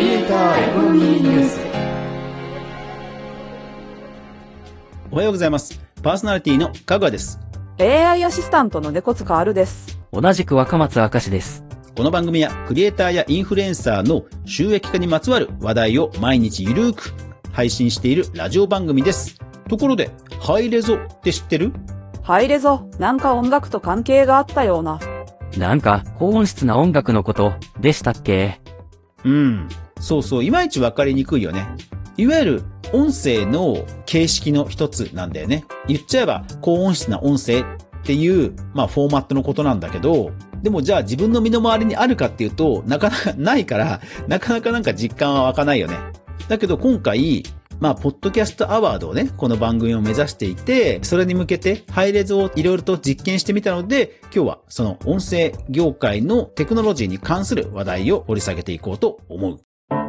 リエイターエコノミーニュース。 おはようございます。パーソナリティのかぐわです。 AI アシスタントの猫塚あるです。 同じく若松明石です。 この番組はクリエイターやインフルエンサーの収益化にまつわる話題を毎日ゆるーく配信しているラジオ番組です。ところでハイレゾって知ってる？ ハイレゾ、なんか音楽と関係があったような。 なんか高音質な音楽のことでしたっけ？ そうそう、いまいちわかりにくいよね。いわゆる音声の形式の一つなんだよね。言っちゃえば高音質な音声っていう、フォーマットのことなんだけど、でもじゃあ自分の身の回りにあるかっていうと、なかなかないから、なかなかなんか実感は湧かないよね。だけど今回、ポッドキャストアワードをね、この番組を目指していて、それに向けてハイレゾをいろいろと実験してみたので、今日はその音声業界のテクノロジーに関する話題を掘り下げていこうと思う。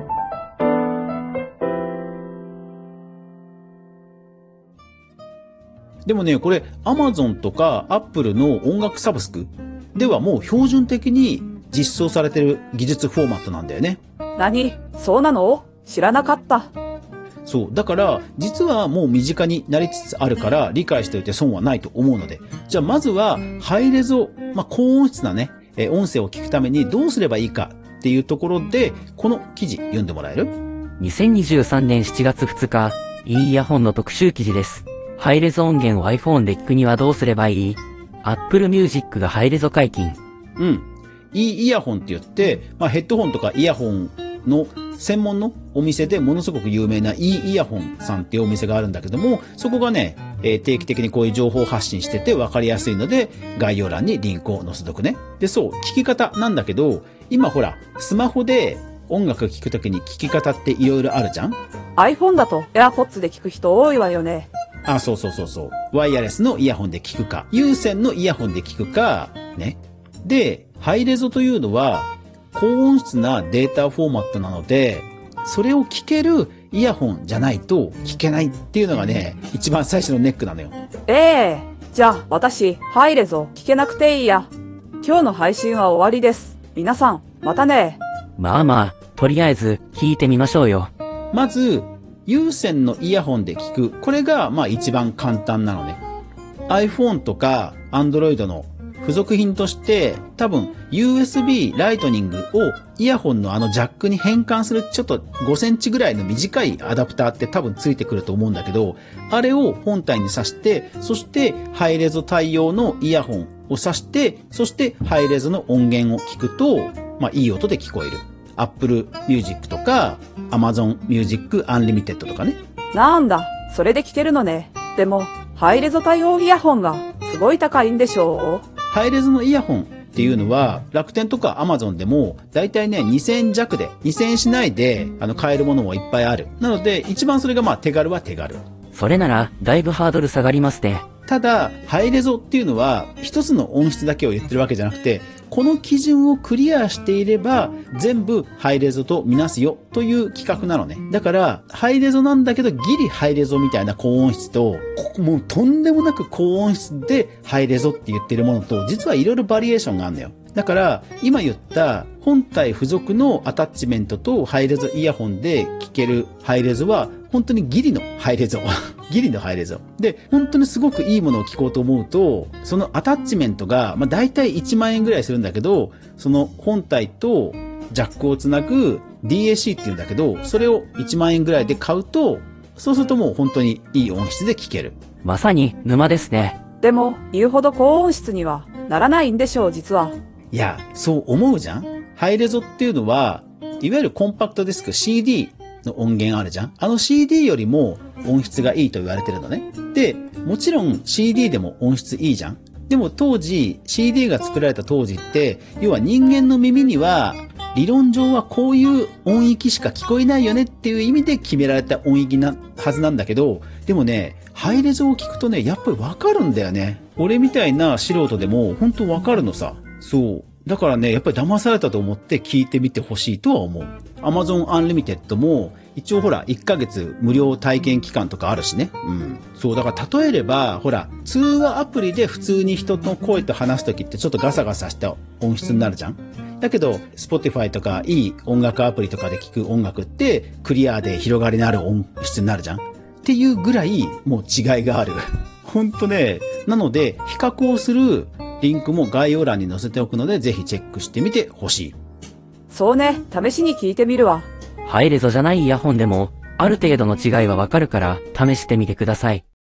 でもね、これ Amazon とか Apple の音楽サブスクではもう標準的に実装されてる技術フォーマットなんだよね。 何？そうなの？知らなかった。 そう。だから、実はもう身近になりつつあるから理解しておいて損はないと思うので、じゃあまずはハイレゾ、高音質なね、音声を聞くためにどうすればいいかっていうところで、この記事読んでもらえる？ 2023 年7月2日、イヤホンの特集記事です。ハイレゾ音源を iPhone で聞くにはどうすればいい？ Apple Music がハイレゾ解禁。 イヤホンって言って、ヘッドホンとかイヤホンの専門のお店でものすごく有名なイヤホンさんっていうお店があるんだけども、そこがね、定期的にこういう情報発信してて分かりやすいので、概要欄にリンクを載せとくね。で、そう、聞き方なんだけど、今ほら、スマホで音楽聴くときに聞き方っていろいろあるじゃん？ iPhone だと AirPods で聞く人多いわよね。 そう。ワイヤレスのイヤホンで聞くか、有線のイヤホンで聞くか、ね。で、ハイレゾというのは、高音質なデータフォーマットなので、それを聞けるイヤホンじゃないと聞けないっていうのがね、一番最初のネックなのよ。 じゃあ私、ハイレゾ聞けなくていいや。今日の配信は終わりです。皆さん、またね。 とりあえず聞いてみましょうよ。 まず、有線のイヤホンで聞く。これが一番簡単なのね。iPhone とか Android の付属品として多分 USB ライトニングをイヤホンのジャックに変換するちょっと5センチぐらいの短いアダプターって多分ついてくると思うんだけど、あれを本体に挿して、そしてハイレゾ対応のイヤホンを挿して、そしてハイレゾの音源を聞くと、いい音で聞こえる。Apple Music とか Amazon Music Unlimited とかね。 なんだ、それで聞けるのね。でも、ハイレゾ対応イヤホンがすごい高いんでしょう？ ハイレゾのイヤホンっていうのは楽天とか Amazon でもだいたいね2000円弱で2000円しないで買えるものもいっぱいある。なので一番それが手軽は手軽。 それならだいぶハードル下がりますね。 ただハイレゾっていうのは一つの音質だけを言ってるわけじゃなくて、この基準をクリアしていれば全部ハイレゾとみなすよという企画なのね。だからハイレゾなんだけどギリハイレゾみたいな高音質と、もうとんでもなく高音質でハイレゾって言ってるものと、実はいろいろバリエーションがあるんだよ。だから今言った本体付属のアタッチメントとハイレゾイヤホンで聴けるハイレゾは本当にギリのハイレゾギリのハイレゾで、本当にすごくいいものを聴こうと思うと、そのアタッチメントがだいたい1万円ぐらいするんだけど、その本体とジャックをつなぐ DAC っていうんだけど、それを1万円ぐらいで買うと、そうするともう本当にいい音質で聴ける。 まさに沼ですね。 でも言うほど高音質にはならないんでしょう、実は。 いや、そう思うじゃん。ハイレゾっていうのは、いわゆるコンパクトディスク CD の音源あるじゃん。CD よりも音質がいいと言われてるのね。で、もちろん CD でも音質いいじゃん。でも当時 CD が作られた当時って、要は人間の耳には理論上はこういう音域しか聞こえないよねっていう意味で決められた音域なはずなんだけど、でもね、ハイレゾを聞くとね、やっぱりわかるんだよね。俺みたいな素人でも本当わかるのさ。そう。だからね、やっぱり騙されたと思って聞いてみてほしいとは思う。Amazon Unlimited も一応ほら1ヶ月無料体験期間とかあるしね。そうだから例えればほら通話アプリで普通に人の声と話すときってちょっとガサガサした音質になるじゃん。 だけど、Spotify とかいい音楽アプリとかで聴く音楽ってクリアで広がりのある音質になるじゃんっていうぐらいもう違いがある。ほんとね。なので、比較をするリンクも概要欄に載せておくので、ぜひチェックしてみてほしい。 そうね、試しに聞いてみるわ。 ハイレゾじゃないイヤホンでも、ある程度の違いはわかるから、試してみてください。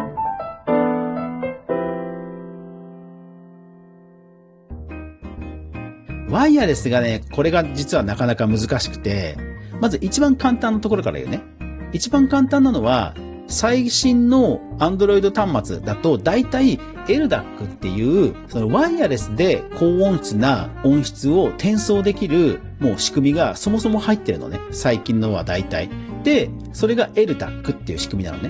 ワイヤレスがね、これが実はなかなか難しくて、まず一番簡単なところから言うね。一番簡単なのは、最新の Android 端末だと、だいたい LDAC っていう、そのワイヤレスで高音質な音質を転送できる、もう仕組みがそもそも入ってるのね。最近のはだいたい。で、それが LDAC っていう仕組みなのね。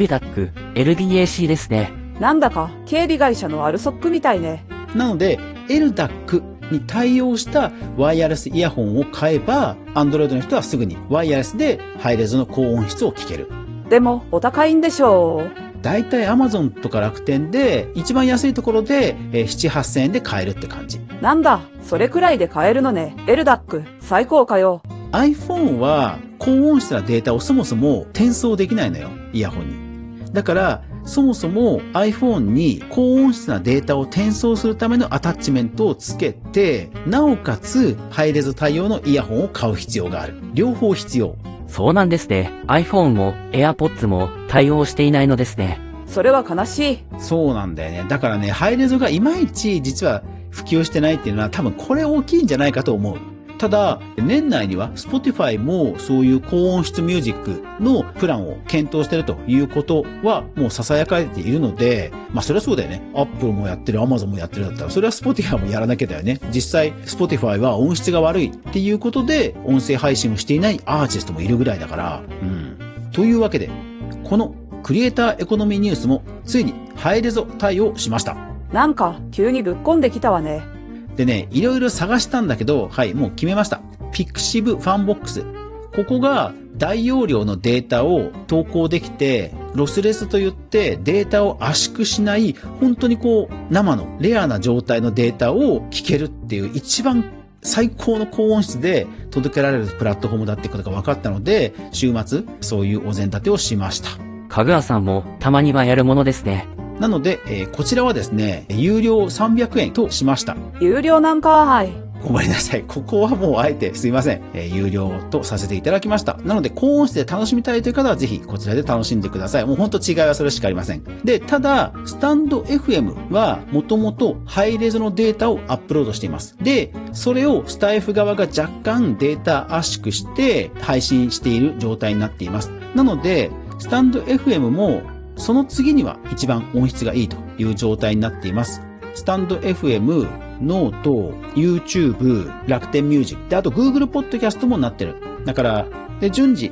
LDAC、LDAC ですね。 なんだか、警備会社のアルソックみたいね。 なので、LDACに対応したワイヤレスイヤホンを買えば、Android の人はすぐにワイヤレスでハイレゾの高音質を聞ける。 でも、お高いんでしょう。 だいたい Amazon とか楽天で、一番安いところで、7、8000円で買えるって感じ。 なんだ、それくらいで買えるのね。LDAC、最高かよ。 iPhone は高音質なデータをそもそも転送できないのよ。イヤホンに。だから、そもそも iPhone に高音質なデータを転送するためのアタッチメントをつけて、なおかつハイレゾ対応のイヤホンを買う必要がある。両方必要。 そうなんですね。iPhone も AirPods も対応していないのですね。 それは悲しい。 そうなんだよね。だからね、ハイレゾがいまいち実は普及してないっていうのは多分これ大きいんじゃないかと思う。ただ、年内には Spotify もそういう高音質ミュージックのプランを検討しているということはもう囁かれているので、まあそれはそうだよね。Apple もやってる、Amazon もやってるだったら、それは Spotify もやらなきゃだよね。実際 Spotify は音質が悪いっていうことで音声配信をしていないアーティストもいるぐらいだから、というわけで、このクリエイターエコノミーニュースもついにハイレゾ対応しました。 なんか急にぶっこんできたわね。 でね、いろいろ探したんだけど、はい、もう決めました。Pixiv ファンボックス。ここが大容量のデータを投稿できて、ロスレスと言ってデータを圧縮しない、本当にこう、生のレアな状態のデータを聞けるっていう一番最高の高音質で届けられるプラットフォームだってことが分かったので、週末、そういうお膳立てをしました。 かぐわさんもたまにはやるものですね。 なので、こちらはですね、有料300円としました。 有料なんかはい。 ごめんなさい。ここはもうあえてすいません。有料とさせていただきました。なので、高音質で楽しみたいという方はぜひこちらで楽しんでください。もうほんと違いはそれしかありません。で、ただ、スタンド FM はもともとハイレゾのデータをアップロードしています。で、それをスタイフ側が若干データ圧縮して配信している状態になっています。なので、スタンド FM もその次には一番音質がいいという状態になっています。スタンド FM、ノート、YouTube、楽天ミュージック、で、あと Google ポッドキャストもなってる。だから、で、順次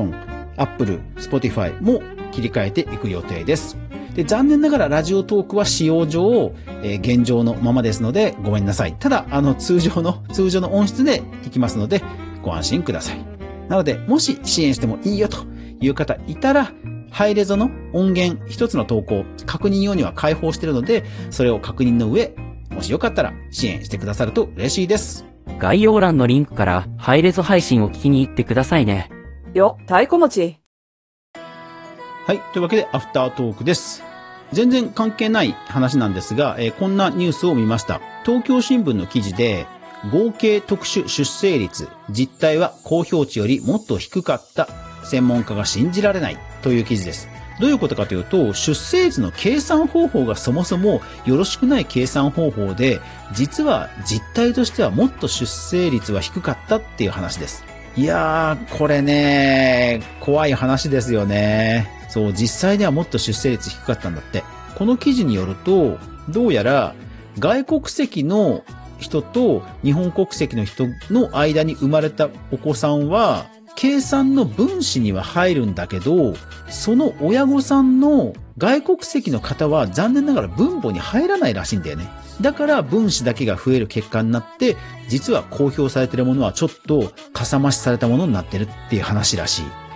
Amazon、Apple、Spotify も切り替えていく予定です。で、残念ながらラジオトークは使用上、現状のままですのでごめんなさい。ただ、通常の音質でいきますのでご安心ください。なので、もし支援してもいいよという方いたら、ハイレゾの音源一つの投稿、確認用には開放しているので、それを確認の上、もしよかったら支援してくださると嬉しいです。 概要欄のリンクからハイレゾ配信を聞きに行ってくださいね。 よ、太鼓持ち。 はい。というわけで、アフタートークです。全然関係ない話なんですが、こんなニュースを見ました。東京新聞の記事で、合計特殊出生率、実態は公表値よりもっと低かった。専門家が信じられないという記事です。どういうことかというと、出生率の計算方法がそもそもよろしくない計算方法で、実は実態としてはもっと出生率は低かったっていう話です。いやー、これね、怖い話ですよね。そう、実際ではもっと出生率低かったんだって。この記事によると、どうやら外国籍の人と日本国籍の人の間に生まれたお子さんは、計算の分子には入るんだけど、その親御さんの外国籍の方は残念ながら分母に入らないらしいんだよね。だから分子だけが増える結果になって、実は公表されているものはちょっとかさ増しされたものになってるっていう話らしい。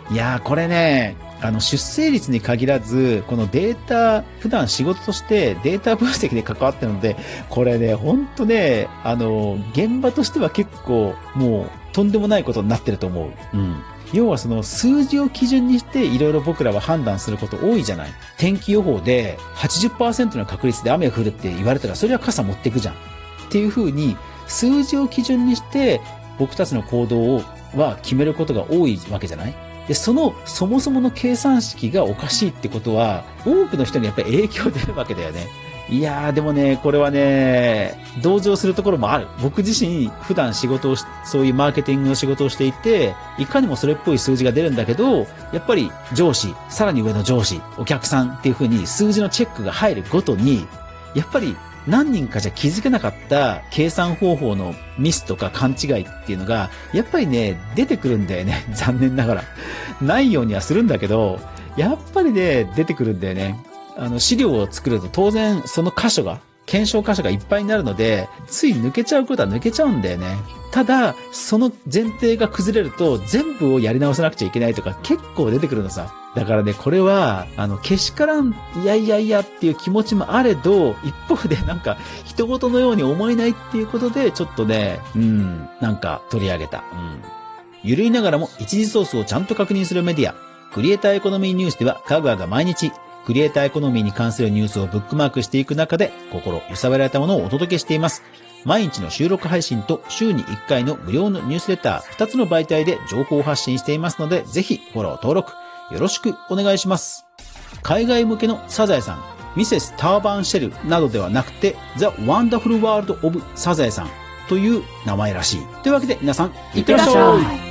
いやー、これね、出生率に限らず、このデータ、普段仕事としてデータ分析で関わってるので、これね、ほんとね、現場としては結構、もう、とんでもないことになってると思う。うん。要はその数字を基準にしていろいろ僕らは判断すること多いじゃない。天気予報で 80% の確率で雨が降るって言われたら、それは傘持っていくじゃん。っていう風に、数字を基準にして僕たちの行動は決めることが多いわけじゃない。で、そもそもの計算式がおかしいってことは、多くの人にやっぱり影響出るわけだよね。いやー、でもね、これはね、同情するところもある。僕自身、普段そういうマーケティングの仕事をしていて、いかにもそれっぽい数字が出るんだけど、やっぱり上司、さらに上の上司、お客さんっていう風に数字のチェックが入るごとに、やっぱり何人かじゃ気づけなかった計算方法のミスとか勘違いっていうのが、やっぱりね、出てくるんだよね。残念ながら。ないようにはするんだけど、やっぱりね、出てくるんだよね。資料を作ると当然その箇所が、検証箇所がいっぱいになるので、つい抜けちゃうことは抜けちゃうんだよね。ただ、その前提が崩れると全部をやり直さなくちゃいけないとか結構出てくるのさ。だからね、これは、けしからん、いやっていう気持ちもあれど、一方でなんか、人事のように思えないっていうことで、ちょっとね、なんか取り上げた。ゆるいながらも一時ソースをちゃんと確認するメディア、クリエイターエコノミーニュースでは、かぐわが毎日、クリエイターエコノミーに関するニュースをブックマークしていく中で、心揺さぶられたものをお届けしています。毎日の収録配信と週に1回の無料のニュースレター、2つの媒体で情報発信していますので、ぜひフォロー登録、よろしくお願いします。海外向けのサザエさん、ミセスターバンシェルなどではなくて、The Wonderful World of サザエさんという名前らしい。というわけで皆さん、いってらっしゃい。